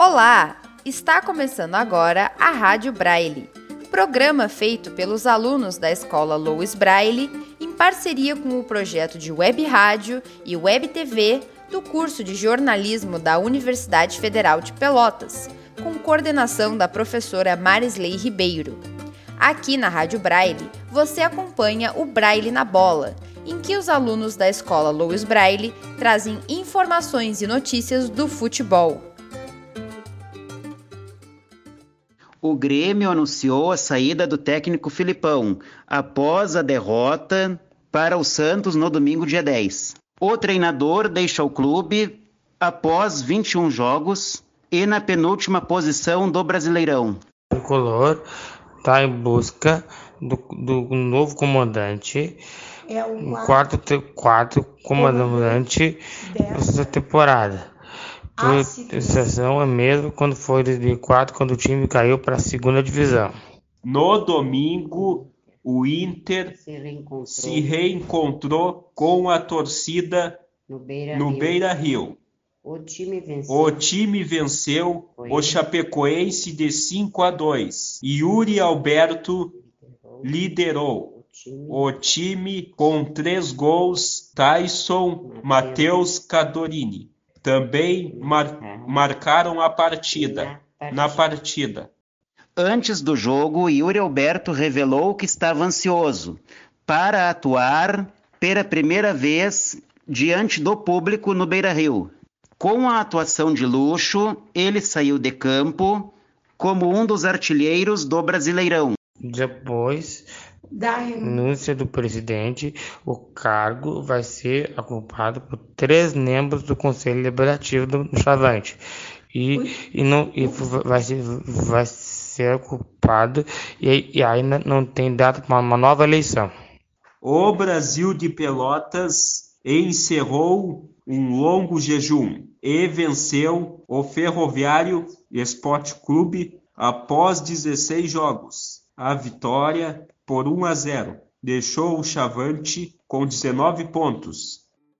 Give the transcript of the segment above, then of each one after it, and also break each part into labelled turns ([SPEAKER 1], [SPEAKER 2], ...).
[SPEAKER 1] Olá! Está começando agora a Rádio Braille, programa feito pelos alunos da Escola Louis Braille em parceria com o projeto de Web Rádio e Web TV do curso de jornalismo da Universidade Federal de Pelotas, com coordenação da professora Marisley Ribeiro. Aqui na Rádio Braille, você acompanha o Braille na Bola, em que os alunos da Escola Louis Braille trazem informações e notícias do futebol.
[SPEAKER 2] O Grêmio anunciou a saída do técnico Filipão, após a derrota para o Santos no domingo, dia 10. O treinador deixa o clube após 21 jogos e na penúltima posição do Brasileirão.
[SPEAKER 3] O Tricolor está em busca do novo comandante, o quarto comandante dessa temporada. A sensação é mesmo quando foi 2004, quando o time caiu para a segunda divisão.
[SPEAKER 4] No domingo, o Inter se reencontrou com a torcida no Beira-Rio. O time venceu o Chapecoense de 5-2. Yuri Alberto liderou o time com 3 gols. Tyson, Matheus Cadorini também marcaram na partida.
[SPEAKER 2] Antes do jogo, Yuri Alberto revelou que estava ansioso para atuar pela primeira vez diante do público no Beira-Rio. Com a atuação de luxo, ele saiu de campo como um dos artilheiros do Brasileirão.
[SPEAKER 3] Depois da renúncia do presidente, o cargo vai ser ocupado por 3 membros do Conselho Deliberativo do Chavante vai ser ocupado e ainda não tem data para uma nova eleição.
[SPEAKER 4] O Brasil de Pelotas encerrou um longo jejum e venceu o Ferroviário Esporte Clube após 16 jogos. A vitória por 1-0 deixou o Chavante com 19 pontos.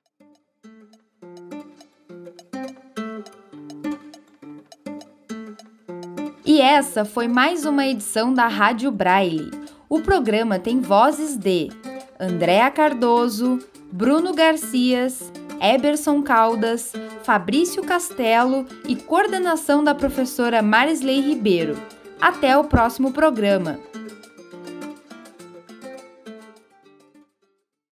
[SPEAKER 1] E essa foi mais uma edição da Rádio Braille. O programa tem vozes de Andréa Cardoso, Bruno Garcias, Eberson Caldas, Fabrício Castelo e coordenação da professora Marisley Ribeiro. Até o próximo programa!